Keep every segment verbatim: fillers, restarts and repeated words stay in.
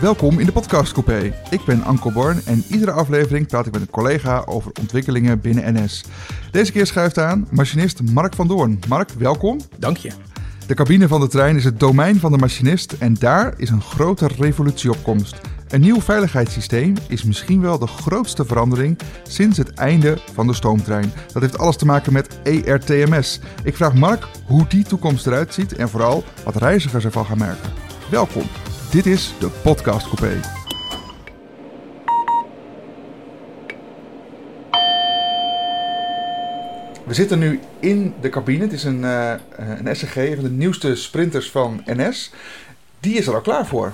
Welkom in de Podcast Coupé. Ik ben Anko Born en iedere aflevering praat ik met een collega over ontwikkelingen binnen N S. Deze keer schuift aan machinist Mark van Doorn. Mark, welkom. Dank je. De cabine van de trein is het domein van de machinist en daar is een grote revolutie op komst. Een nieuw veiligheidssysteem is misschien wel de grootste verandering sinds het einde van de stoomtrein. Dat heeft alles te maken met E R T M S. Ik vraag Mark hoe die toekomst eruit ziet en vooral wat reizigers ervan gaan merken. Welkom. Dit is de Podcast Coupé. We zitten nu in de cabine. Het is een, uh, een S N G, een van de nieuwste sprinters van N S. Die is er al klaar voor.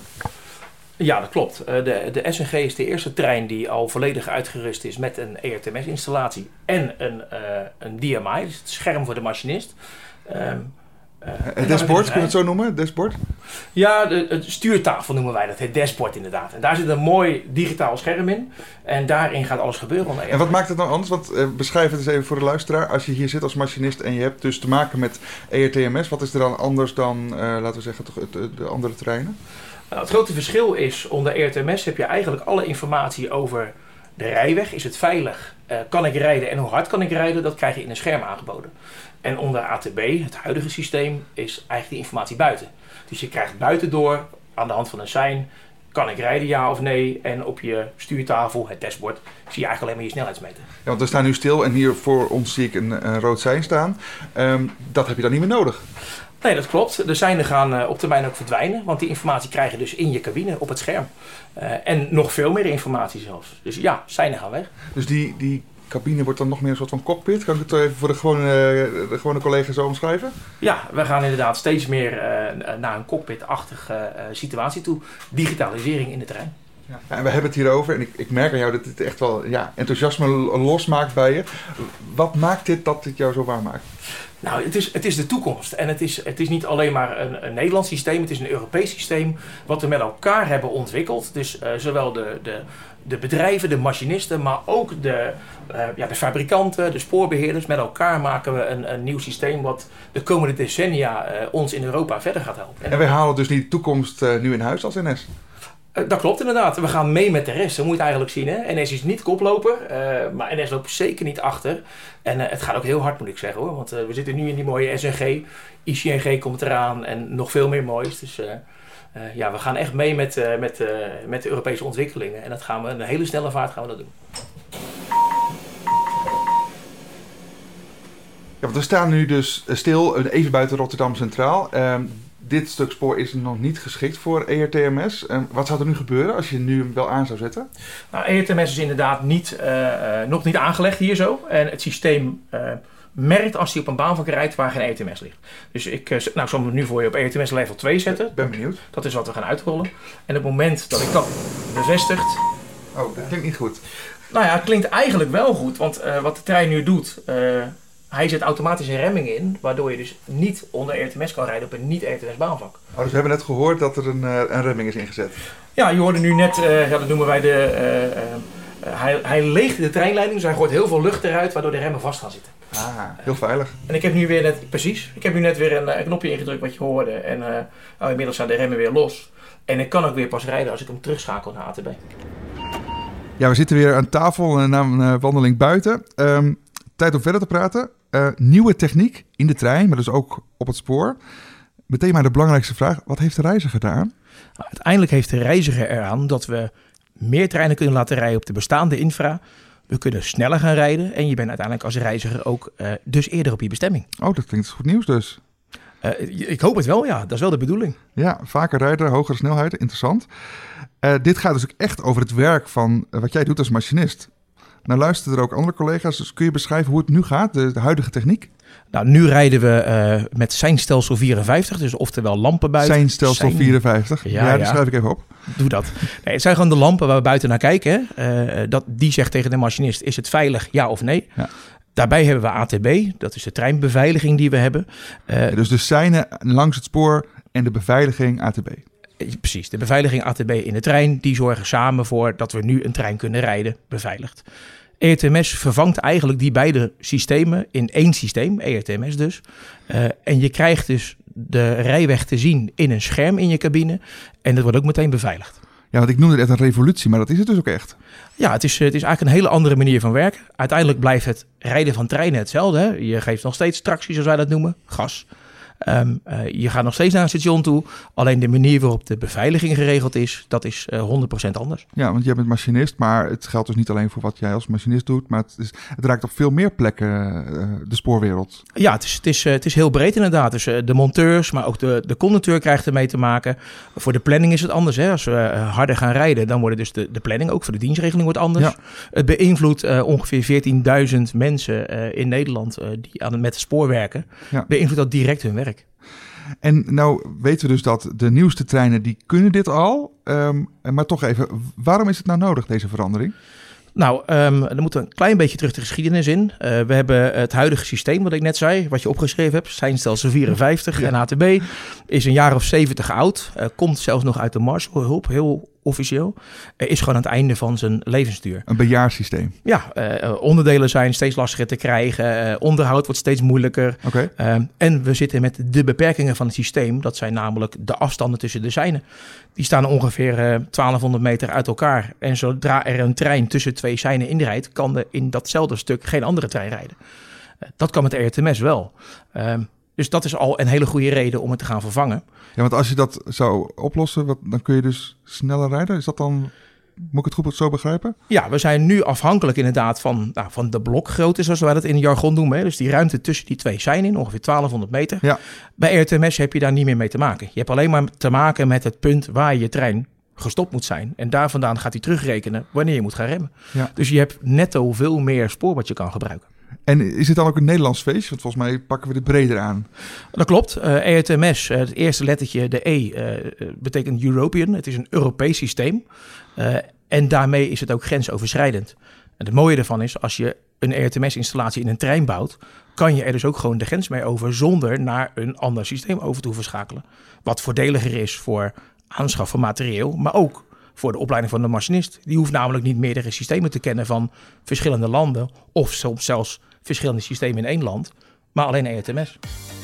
Ja, dat klopt. De, de S N G is de eerste trein die al volledig uitgerust is met een E R T M S-installatie en een, uh, een D M I, dus het scherm voor de machinist. Um, Uh, het dashboard, kun je het zo noemen? Het dashboard? Ja, de, het stuurtafel noemen wij dat. Het dashboard inderdaad. En daar zit een mooi digitaal scherm in. En daarin gaat alles gebeuren. En wat maakt het nou anders? Want uh, beschrijf het eens even voor de luisteraar. Als je hier zit als machinist en je hebt dus te maken met E R T M S. Wat is er dan anders dan, uh, laten we zeggen, toch, de, de andere treinen? Nou, het grote verschil is, onder E R T M S heb je eigenlijk alle informatie over de rijweg. Is het veilig? Uh, kan ik rijden en hoe hard kan ik rijden? Dat krijg je in een scherm aangeboden. En onder A T B, het huidige systeem, is eigenlijk die informatie buiten. Dus je krijgt buiten door, aan de hand van een sein, kan ik rijden ja of nee? En op je stuurtafel, het dashboard, zie je eigenlijk alleen maar je snelheidsmeter. Ja, want we staan nu stil en hier voor ons zie ik een, een rood sein staan. Um, dat heb je dan niet meer nodig. Nee, dat klopt. De seinen gaan uh, op termijn ook verdwijnen, want die informatie krijg je dus in je cabine op het scherm. Uh, en nog veel meer informatie zelfs. Dus ja, seinen gaan weg. Dus die... die cabine wordt dan nog meer een soort van cockpit. Kan ik het even voor de gewone, de gewone collega zo omschrijven? Ja, we gaan inderdaad steeds meer uh, naar een cockpit-achtige uh, situatie toe. Digitalisering in de trein. Ja. Ja, en we hebben het hierover en ik, ik merk aan jou dat het echt wel ja, enthousiasme losmaakt bij je. Wat maakt dit dat dit jou zo waar maakt? Nou, het is, het is de toekomst. En het is, het is niet alleen maar een, een Nederlands systeem, het is een Europees systeem wat we met elkaar hebben ontwikkeld. Dus uh, zowel de, de, de bedrijven, de machinisten, maar ook de, uh, ja, de fabrikanten, de spoorbeheerders. Met elkaar maken we een, een nieuw systeem wat de komende decennia uh, ons in Europa verder gaat helpen. En, en wij halen dus die toekomst uh, nu in huis als N S? Uh, dat klopt inderdaad. We gaan mee met de rest. Zo moet je het eigenlijk zien. Hè? N S is niet koploper, uh, maar N S loopt zeker niet achter. En uh, het gaat ook heel hard, moet ik zeggen hoor. Want uh, we zitten nu in die mooie S N G. I C N G komt eraan en nog veel meer moois. Dus uh, uh, ja, we gaan echt mee met, uh, met, uh, met de Europese ontwikkelingen. En dat gaan we in een hele snelle vaart gaan we dat doen. Ja, want we staan nu dus stil, even buiten Rotterdam Centraal. Um, Dit stuk spoor is nog niet geschikt voor E R T M S. Uh, wat zou er nu gebeuren als je hem nu wel aan zou zetten? Nou, E R T M S is inderdaad niet, uh, uh, nog niet aangelegd hier zo. En het systeem uh, merkt als hij op een baanvak rijdt waar geen E R T M S ligt. Dus ik, uh, nou, ik zal hem nu voor je op E R T M S level twee zetten. Ik ben benieuwd. Dat is wat we gaan uitrollen. En op het moment dat ik dat bevestigt... Oh, dat klinkt niet goed. Nou ja, het klinkt eigenlijk wel goed. Want uh, wat de trein nu doet... Uh, Hij zet automatisch een remming in, waardoor je dus niet onder E R T M S kan rijden op een niet-E R T M S baanvak. Oh, dus we hebben net gehoord dat er een, uh, een remming is ingezet. Ja, je hoorde nu net, uh, ja, dat noemen wij de... Uh, uh, hij, hij leegt de treinleiding, dus hij gooit heel veel lucht eruit, waardoor de remmen vast gaan zitten. Ah, heel veilig. En ik heb nu weer net, precies, ik heb nu net weer een, een knopje ingedrukt wat je hoorde. En uh, nou, inmiddels zijn de remmen weer los. En ik kan ook weer pas rijden als ik hem terugschakel naar A T B. Ja, we zitten weer aan tafel uh, na een uh, wandeling buiten. Um, tijd om verder te praten. Uh, nieuwe techniek in de trein, maar dus ook op het spoor. Meteen maar de belangrijkste vraag, wat heeft de reiziger daaraan? Nou, uiteindelijk heeft de reiziger eraan dat we meer treinen kunnen laten rijden op de bestaande infra. We kunnen sneller gaan rijden en je bent uiteindelijk als reiziger ook uh, dus eerder op je bestemming. Oh, dat klinkt goed nieuws dus. Uh, ik hoop het wel, ja. Dat is wel de bedoeling. Ja, vaker rijden, hogere snelheid, interessant. Uh, dit gaat dus ook echt over het werk van uh, wat jij doet als machinist. Nou luisteren er ook andere collega's, dus kun je beschrijven hoe het nu gaat, de, de huidige techniek? Nou, nu rijden we uh, met seinstelsel vierenvijftig, dus oftewel lampen buiten. Seinstelsel Sein... vierenvijftig, ja, ja, die schrijf ik even op. Doe dat. Nee, het zijn gewoon de lampen waar we buiten naar kijken. Uh, dat, die zegt tegen de machinist, is het veilig, ja of nee? Ja. Daarbij hebben we A T B, dat is de treinbeveiliging die we hebben. Uh, ja, dus de seinen langs het spoor en de beveiliging A T B. Precies, de beveiliging A T B in de trein, die zorgen samen voor dat we nu een trein kunnen rijden, beveiligd. E R T M S vervangt eigenlijk die beide systemen in één systeem, E R T M S dus. Uh, en je krijgt dus de rijweg te zien in een scherm in je cabine en dat wordt ook meteen beveiligd. Ja, want ik noemde het echt een revolutie, maar dat is het dus ook echt. Ja, het is, het is eigenlijk een hele andere manier van werken. Uiteindelijk blijft het rijden van treinen hetzelfde. Hè? Je geeft nog steeds tractie, zoals wij dat noemen, gas. Um, uh, je gaat nog steeds naar een station toe. Alleen de manier waarop de beveiliging geregeld is, dat is uh, honderd procent anders. Ja, want jij bent machinist, maar het geldt dus niet alleen voor wat jij als machinist doet, maar het, is, het raakt op veel meer plekken uh, de spoorwereld. Ja, het is, het, is, uh, het is heel breed inderdaad. Dus uh, de monteurs, maar ook de, de conducteur krijgt ermee te maken. Voor de planning is het anders. Hè? Als we uh, harder gaan rijden, dan wordt dus de, de planning ook voor de dienstregeling wordt anders. Ja. Het beïnvloedt uh, ongeveer veertienduizend mensen uh, in Nederland uh, die aan, met het spoor werken. Ja. Beïnvloedt dat direct hun werk. En nou weten we dus dat de nieuwste treinen, die kunnen dit al. Um, maar toch even, waarom is het nou nodig, deze verandering? Nou, um, dan moeten we een klein beetje terug de geschiedenis in. Uh, we hebben het huidige systeem, wat ik net zei, wat je opgeschreven hebt, seinstelsel vierenvijftig ja. en A T B, is een jaar of zeventig oud. Uh, komt zelfs nog uit de Marshallhulp, heel officieel. Uh, is gewoon aan het einde van zijn levensduur. Een bejaardssysteem. Ja, uh, onderdelen zijn steeds lastiger te krijgen. Uh, onderhoud wordt steeds moeilijker. Okay. Uh, en we zitten met de beperkingen van het systeem. Dat zijn namelijk de afstanden tussen de seinen. Die staan ongeveer uh, twaalfhonderd meter uit elkaar. En zodra er een trein tussen twee seinen inrijdt, kan er in datzelfde stuk geen andere trein rijden. Uh, dat kan met de R T M S wel. Uh, dus dat is al een hele goede reden om het te gaan vervangen. Ja, want als je dat zou oplossen, wat, dan kun je dus sneller rijden. Is dat dan, moet ik het goed zo begrijpen? Ja, we zijn nu afhankelijk inderdaad van, nou, van de blokgrootte, zoals wij dat in het jargon noemen. Hè. Dus die ruimte tussen die twee seinen in, ongeveer twaalfhonderd meter. Ja. Bij R T M S heb je daar niet meer mee te maken. Je hebt alleen maar te maken met het punt waar je trein gestopt moet zijn. En daar vandaan gaat hij terugrekenen wanneer je moet gaan remmen. Ja. Dus je hebt netto veel meer spoor wat je kan gebruiken. En is het dan ook een Nederlands feestje? Want volgens mij pakken we dit breder aan. Dat klopt. Uh, R T M S, uh, het eerste lettertje, de E, uh, betekent European. Het is een Europees systeem. Uh, en daarmee is het ook grensoverschrijdend. En het mooie ervan is, als je een R T M S-installatie in een trein bouwt, kan je er dus ook gewoon de grens mee over zonder naar een ander systeem over te hoeven schakelen. Wat voordeliger is voor aanschaf van materieel, maar ook voor de opleiding van de machinist. Die hoeft namelijk niet meerdere systemen te kennen van verschillende landen of soms zelfs verschillende systemen in één land, maar alleen R T M S.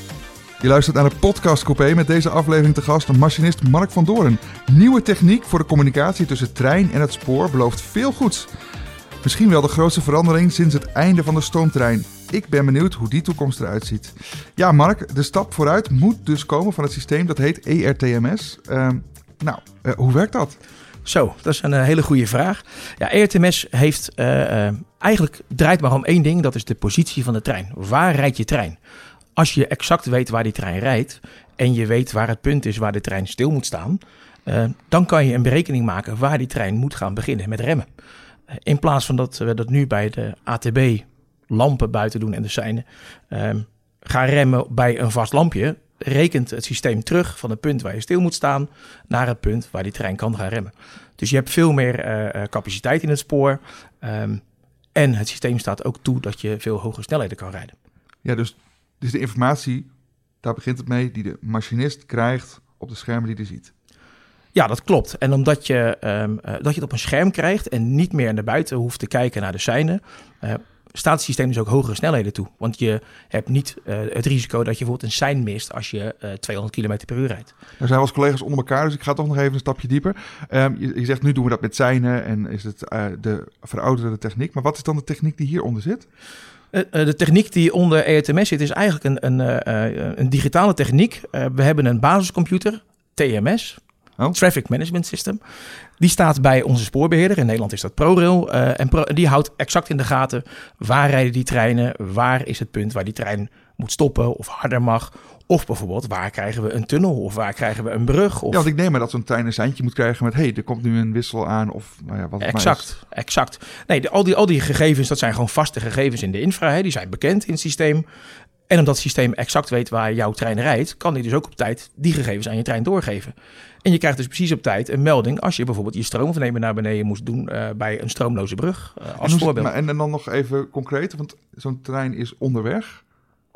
Je luistert naar de podcast Coupé met deze aflevering te gast de machinist Mark van Doorn. Nieuwe techniek voor de communicatie tussen trein en het spoor belooft veel goeds. Misschien wel de grootste verandering sinds het einde van de stoomtrein. Ik ben benieuwd hoe die toekomst eruit ziet. Ja, Mark, de stap vooruit moet dus komen van het systeem dat heet E R T M S. Uh, nou, uh, hoe werkt dat? Zo, dat is een uh, hele goede vraag. Ja, E R T M S heeft uh, uh, eigenlijk draait maar om één ding. Dat is de positie van de trein. Waar rijdt je trein? Als je exact weet waar die trein rijdt en je weet waar het punt is waar de trein stil moet staan, uh, dan kan je een berekening maken waar die trein moet gaan beginnen met remmen. Uh, in plaats van dat we dat nu bij de A T B-lampen buiten doen en de seinen uh, gaan remmen bij een vast lampje, rekent het systeem terug van het punt waar je stil moet staan naar het punt waar die trein kan gaan remmen. Dus je hebt veel meer uh, capaciteit in het spoor um, en het systeem staat ook toe dat je veel hogere snelheden kan rijden. Ja, dus, dus de informatie, daar begint het mee, die de machinist krijgt op de schermen die hij ziet. Ja, dat klopt. En omdat je, um, uh, dat je het op een scherm krijgt en niet meer naar buiten hoeft te kijken naar de seinen, uh, staat het systeem dus ook hogere snelheden toe. Want je hebt niet uh, het risico dat je bijvoorbeeld een sein mist als je uh, tweehonderd kilometer per uur rijdt. Er zijn wel eens collega's onder elkaar, dus ik ga toch nog even een stapje dieper. Um, je, je zegt, nu doen we dat met seinen en is het uh, de verouderde techniek. Maar wat is dan de techniek die hieronder zit? Uh, uh, de techniek die onder E R T M S zit is eigenlijk een, een, uh, een digitale techniek. Uh, we hebben een basiscomputer, T M S, oh. Traffic Management System. Die staat bij onze spoorbeheerder. In Nederland is dat ProRail. Uh, en Pro, die houdt exact in de gaten waar rijden die treinen, waar is het punt waar die trein moet stoppen of harder mag. Of bijvoorbeeld, waar krijgen we een tunnel of waar krijgen we een brug? Of... Ja, want ik neem maar dat zo'n trein een seintje moet krijgen met, hé, hey, er komt nu een wissel aan of nou ja, wat het exact, maar is. Exact. Nee, de, al, die, al die gegevens, dat zijn gewoon vaste gegevens in de infra. Hè, die zijn bekend in het systeem. En omdat het systeem exact weet waar jouw trein rijdt, kan hij dus ook op tijd die gegevens aan je trein doorgeven. En je krijgt dus precies op tijd een melding als je bijvoorbeeld je stroomvernemer naar beneden moest doen uh, bij een stroomloze brug, uh, als en voorbeeld. Maar, en, en dan nog even concreet, want zo'n trein is onderweg.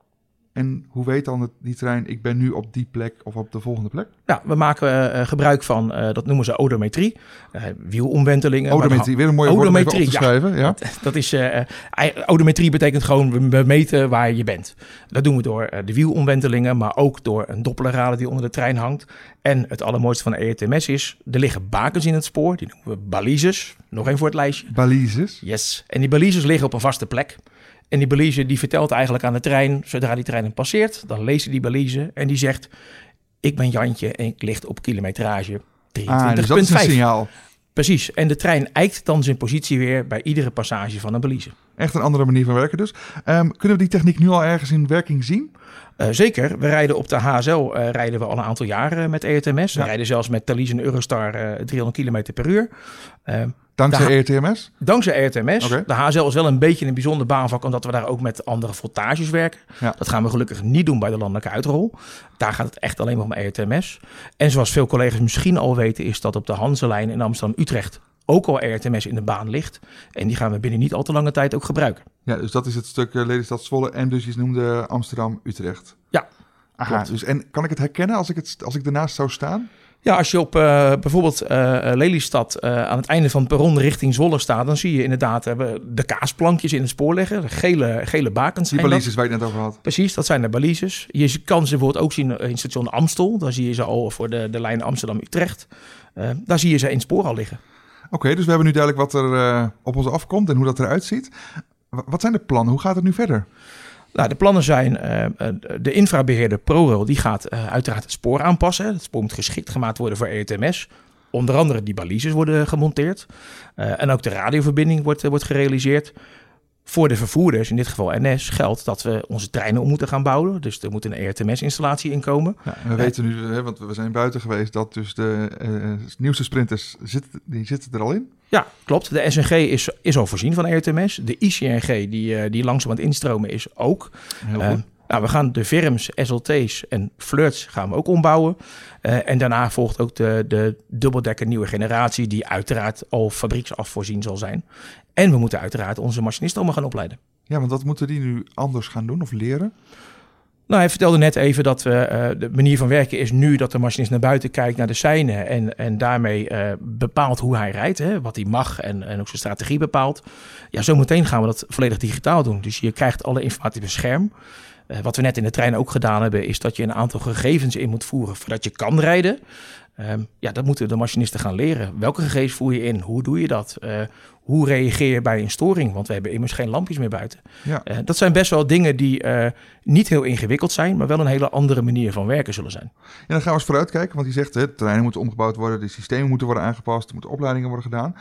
En hoe weet dan het, die trein, ik ben nu op die plek of op de volgende plek? Ja, we maken uh, gebruik van, uh, dat noemen ze odometrie, uh, wielomwentelingen. Odometrie, weer een mooie woord om even op te schrijven. Ja, ja. Dat, dat is, uh, odometrie betekent gewoon, we meten waar je bent. Dat doen we door uh, de wielomwentelingen, maar ook door een dopplerradar die onder de trein hangt. En het allermooiste van de E R T M S is, er liggen bakens in het spoor, die noemen we balises. Nog één voor het lijstje. Balises? Yes. En die balises liggen op een vaste plek. En die balise die vertelt eigenlijk aan de trein, zodra die trein hem passeert, dan leest hij die balise en die zegt, ik ben Jantje en ik lig op kilometrage drieëntwintig Ah, dus dat is een signaal. Precies. En de trein eikt dan zijn positie weer bij iedere passage van een balise. Echt een andere manier van werken dus. Um, kunnen we die techniek nu al ergens in werking zien? Uh, zeker. We rijden op de H S L uh, rijden we al een aantal jaren met E R T M S. Ja. We rijden zelfs met Thalys en Eurostar uh, driehonderd kilometer per uur. Uh, Dankzij E R T M S? Dankzij E R T M S. Okay. De H S L is wel een beetje een bijzonder baanvak, omdat we daar ook met andere voltages werken. Ja. Dat gaan we gelukkig niet doen bij de landelijke uitrol. Daar gaat het echt alleen maar om E R T M S. En zoals veel collega's misschien al weten, is dat op de Hanselijn in Amsterdam-Utrecht ook al E R T M S in de baan ligt. En die gaan we binnen niet al te lange tijd ook gebruiken. Ja, dus dat is het stuk uh, Lelystad-Zwolle en dus je noemde Amsterdam-Utrecht. Ja. Aha, dus en kan ik het herkennen als ik, het, als ik ernaast zou staan? Ja, als je op uh, bijvoorbeeld uh, Lelystad uh, aan het einde van het perron richting Zwolle staat, dan zie je inderdaad uh, de kaasplankjes in het spoor liggen. De gele, gele bakens. Die balises waar je het net over had. Precies, dat zijn de balises. Je kan ze bijvoorbeeld ook zien in station Amstel. Daar zie je ze al voor de, de lijn Amsterdam-Utrecht. Uh, daar zie je ze in het spoor al liggen. Oké, okay, dus we hebben nu duidelijk wat er uh, op ons afkomt en hoe dat eruit ziet. W- wat zijn de plannen? Hoe gaat het nu verder? Nou, de plannen zijn, uh, de infrabeheerder ProRail die gaat uh, uiteraard het spoor aanpassen. Het spoor moet geschikt gemaakt worden voor E R T M S. Onder andere die balises worden gemonteerd. Uh, en ook de radioverbinding wordt, uh, wordt gerealiseerd. Voor de vervoerders, in dit geval N S, geldt dat we onze treinen om moeten gaan bouwen. Dus er moet een E R T M S-installatie inkomen. Ja, we uh, weten nu, hè, want we zijn buiten geweest, dat dus de uh, nieuwste sprinters, zitten, die zitten er al in. Ja, klopt. De S N G is, is al voorzien van E R T M S. De I C N G, die, uh, die langzaam aan het instromen is, ook. Heel goed. Uh, nou, we gaan de V I R Ms, S L T's en flirts gaan we ook ombouwen. Uh, en daarna volgt ook de, de dubbeldekker nieuwe generatie, die uiteraard al fabrieksafvoorzien zal zijn. En we moeten uiteraard onze machinisten allemaal gaan opleiden. Ja, want wat moeten die nu anders gaan doen of leren? Nou, hij vertelde net even dat we, uh, de manier van werken is nu dat de machinist naar buiten kijkt naar de seinen en, en daarmee uh, bepaalt hoe hij rijdt, hè, wat hij mag en, en ook zijn strategie bepaalt. Ja, zometeen gaan we dat volledig digitaal doen. Dus je krijgt alle informatie op een scherm. Uh, wat we net in de trein ook gedaan hebben, is dat je een aantal gegevens in moet voeren voordat je kan rijden. Um, ja, dat moeten de machinisten gaan leren. Welke gegevens voer je in? Hoe doe je dat? Uh, hoe reageer je bij een storing? Want we hebben immers geen lampjes meer buiten. Ja. Uh, dat zijn best wel dingen die uh, niet heel ingewikkeld zijn, maar wel een hele andere manier van werken zullen zijn. Ja, dan gaan we eens vooruitkijken, want je zegt, hè, de terreinen moeten omgebouwd worden, de systemen moeten worden aangepast, er moeten opleidingen worden gedaan.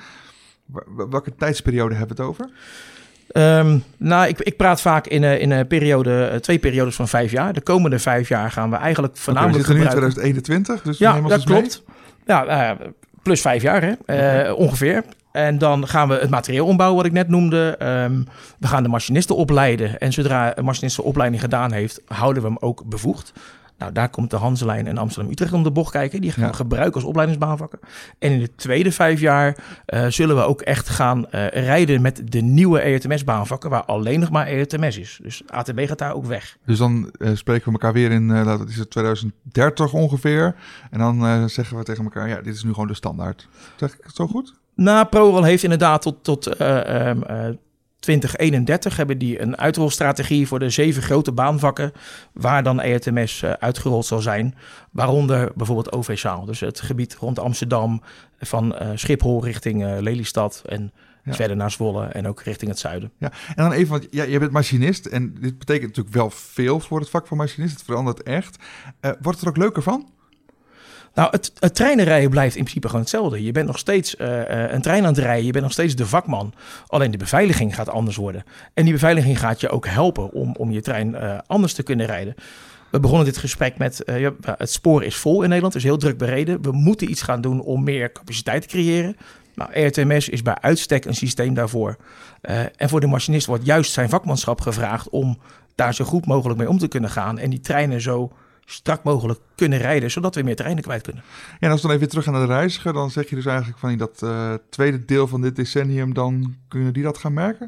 Welke tijdsperiode hebben we het over? Um, nou, ik, ik praat vaak in, uh, in een periode, twee periodes van vijf jaar. De komende vijf jaar gaan we eigenlijk voornamelijk okay, we zitten gebruiken. nu in twintig eenentwintig, dus ja, dat dus klopt. Mee. Ja, uh, plus vijf jaar, hè? Uh, okay. Ongeveer. En dan gaan we het materieel ombouwen, wat ik net noemde. Um, we gaan de machinisten opleiden. En zodra een machinist zijn opleiding gedaan heeft, houden we hem ook bevoegd. Nou, daar komt de Hanselijn en Amsterdam-Utrecht om de bocht kijken. Die gaan we ja. gebruiken als opleidingsbaanvakken. En in de tweede vijf jaar uh, zullen we ook echt gaan uh, rijden met de nieuwe E R T M S-baanvakken, waar alleen nog maar E R T M S is. Dus A T B gaat daar ook weg. Dus dan uh, spreken we elkaar weer in, uh, dat is het tweeduizend dertig ongeveer. En dan uh, zeggen we tegen elkaar, ja, dit is nu gewoon de standaard. Zeg ik het zo goed? Nou, ProRail heeft inderdaad tot... tot uh, um, uh, twintig eenendertig hebben die een uitrolstrategie voor de zeven grote baanvakken, waar dan E R T M S uh, uitgerold zal zijn. Waaronder bijvoorbeeld O V-zaal. Dus het gebied rond Amsterdam, van uh, Schiphol richting uh, Lelystad en ja. verder naar Zwolle en ook richting het zuiden. Ja, en dan even, want ja, je bent machinist en dit betekent natuurlijk wel veel voor het vak van machinist. Het verandert echt. Uh, wordt het er ook leuker van? Nou, het, het treinenrijden blijft in principe gewoon hetzelfde. Je bent nog steeds uh, een trein aan het rijden. Je bent nog steeds de vakman. Alleen de beveiliging gaat anders worden. En die beveiliging gaat je ook helpen om, om je trein uh, anders te kunnen rijden. We begonnen dit gesprek met, uh, ja, het spoor is vol in Nederland. Het is heel druk bereden. We moeten iets gaan doen om meer capaciteit te creëren. Nou, E R T M S is bij uitstek een systeem daarvoor. Uh, en voor de machinist wordt juist zijn vakmanschap gevraagd om daar zo goed mogelijk mee om te kunnen gaan. En die treinen zo strak mogelijk kunnen rijden, zodat we meer treinen kwijt kunnen. Ja, en als we dan even terug gaan naar de reiziger, dan zeg je dus eigenlijk van in dat uh, tweede deel van dit decennium, dan kunnen die dat gaan merken?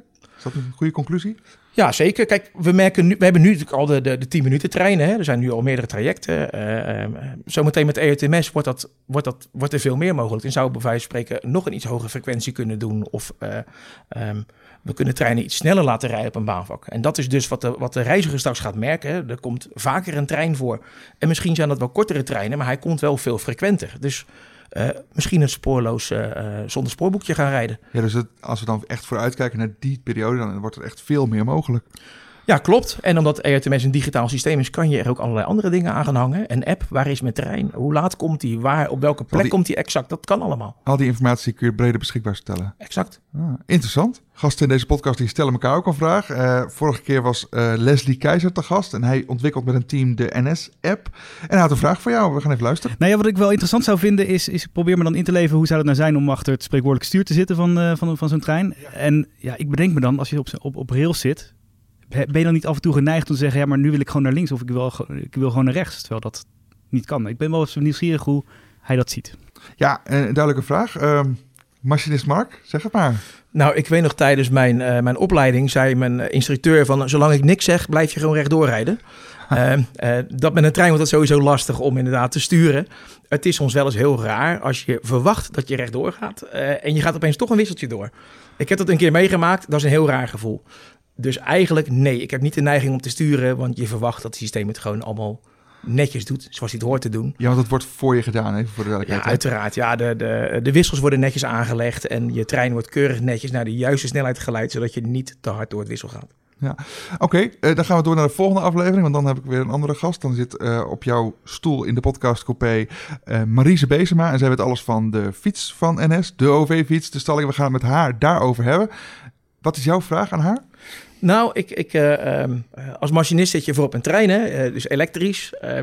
Is dat een goede conclusie? Ja, zeker. Kijk, we merken nu, we hebben nu natuurlijk al de, de, de tien minuten treinen. Hè. Er zijn nu al meerdere trajecten. Uh, uh, zometeen met E R T M S wordt, dat, wordt, dat, wordt er veel meer mogelijk. Dan zou bij wijze van spreken nog een iets hogere frequentie kunnen doen. Of uh, um, we kunnen treinen iets sneller laten rijden op een baanvak. En dat is dus wat de, wat de reiziger straks gaat merken. Hè. Er komt vaker een trein voor. En misschien zijn dat wel kortere treinen, maar hij komt wel veel frequenter. Dus Uh, misschien een spoorloos uh, uh, zonder spoorboekje gaan rijden. Ja, dus het, als we dan echt vooruitkijken naar die periode, dan wordt er echt veel meer mogelijk. Ja, klopt. En omdat E R T M S een digitaal systeem is, kan je er ook allerlei andere dingen aan gaan hangen. Een app, waar is mijn trein? Hoe laat komt die? Waar, op welke plek die, komt die exact? Dat kan allemaal. Al die informatie kun je breder beschikbaar stellen. Exact. Ah, interessant. Gasten in deze podcast die stellen elkaar ook een vraag. Uh, vorige keer was uh, Leslie Keizer te gast en hij ontwikkelt met een team de N S-app. En hij had een vraag voor jou. We gaan even luisteren. Nou ja, wat ik wel interessant zou vinden is, is probeer me dan in te leven hoe zou het nou zijn om achter het spreekwoordelijk stuur te zitten van, uh, van, van zo'n trein. Ja. En ja, ik bedenk me dan, als je op, op, op rails zit, ben je dan niet af en toe geneigd om te zeggen, ja, maar nu wil ik gewoon naar links of ik wil, ik wil gewoon naar rechts, terwijl dat niet kan. Ik ben wel eens nieuwsgierig hoe hij dat ziet. Ja, een duidelijke vraag. Uh, machinist Mark, zeg het maar. Nou, ik weet nog tijdens mijn, uh, mijn opleiding zei mijn instructeur van, zolang ik niks zeg, blijf je gewoon rechtdoor rijden. Uh, uh, dat met een trein wordt dat sowieso lastig om inderdaad te sturen. Het is soms wel eens heel raar als je verwacht dat je rechtdoor gaat uh, en je gaat opeens toch een wisseltje door. Ik heb dat een keer meegemaakt, dat is een heel raar gevoel. Dus eigenlijk nee, ik heb niet de neiging om te sturen, want je verwacht dat het systeem het gewoon allemaal netjes doet, zoals hij het hoort te doen. Ja, want het wordt voor je gedaan, even voor de duidelijkheid. Ja, uiteraard. Ja, de, de, de wissels worden netjes aangelegd en je trein wordt keurig netjes naar de juiste snelheid geleid, zodat je niet te hard door het wissel gaat. Ja, oké. Okay, uh, dan gaan we door naar de volgende aflevering, want dan heb ik weer een andere gast. Dan zit uh, op jouw stoel in de podcastcoupé uh, Marise Bezema en zij weet alles van de fiets van N S, de O V-fiets, de stalling. We gaan het met haar daarover hebben. Wat is jouw vraag aan haar? Nou, ik, ik, uh, um, als machinist zit je voor op een trein, hè, uh, dus elektrisch. Uh,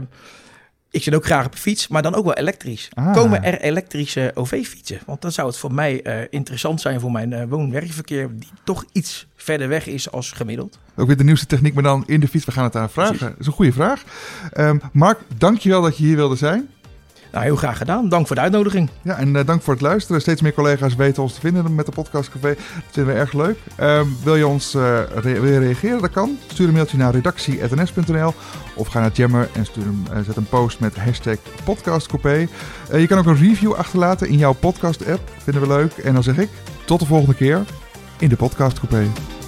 ik zit ook graag op een fiets, maar dan ook wel elektrisch. Ah. Komen er elektrische O V-fietsen? Want dan zou het voor mij uh, interessant zijn voor mijn uh, woon-werkverkeer, die toch iets verder weg is als gemiddeld. Ook weer de nieuwste techniek, maar dan in de fiets. We gaan het aan vragen. Precies. Dat is een goede vraag. Um, Mark, dankjewel dat je hier wilde zijn. Nou, heel graag gedaan. Dank voor de uitnodiging. Ja, en uh, dank voor het luisteren. Steeds meer collega's weten ons te vinden met de podcastcafé. Dat vinden we erg leuk. Um, wil je ons uh, re- wil je reageren? Dat kan. Stuur een mailtje naar redactie punt n s punt n l of ga naar Jammer en stuur hem, uh, zet een post met hashtag podcastcafé. Uh, je kan ook een review achterlaten in jouw podcast-app. Vinden we leuk. En dan zeg ik tot de volgende keer in de podcastcafé.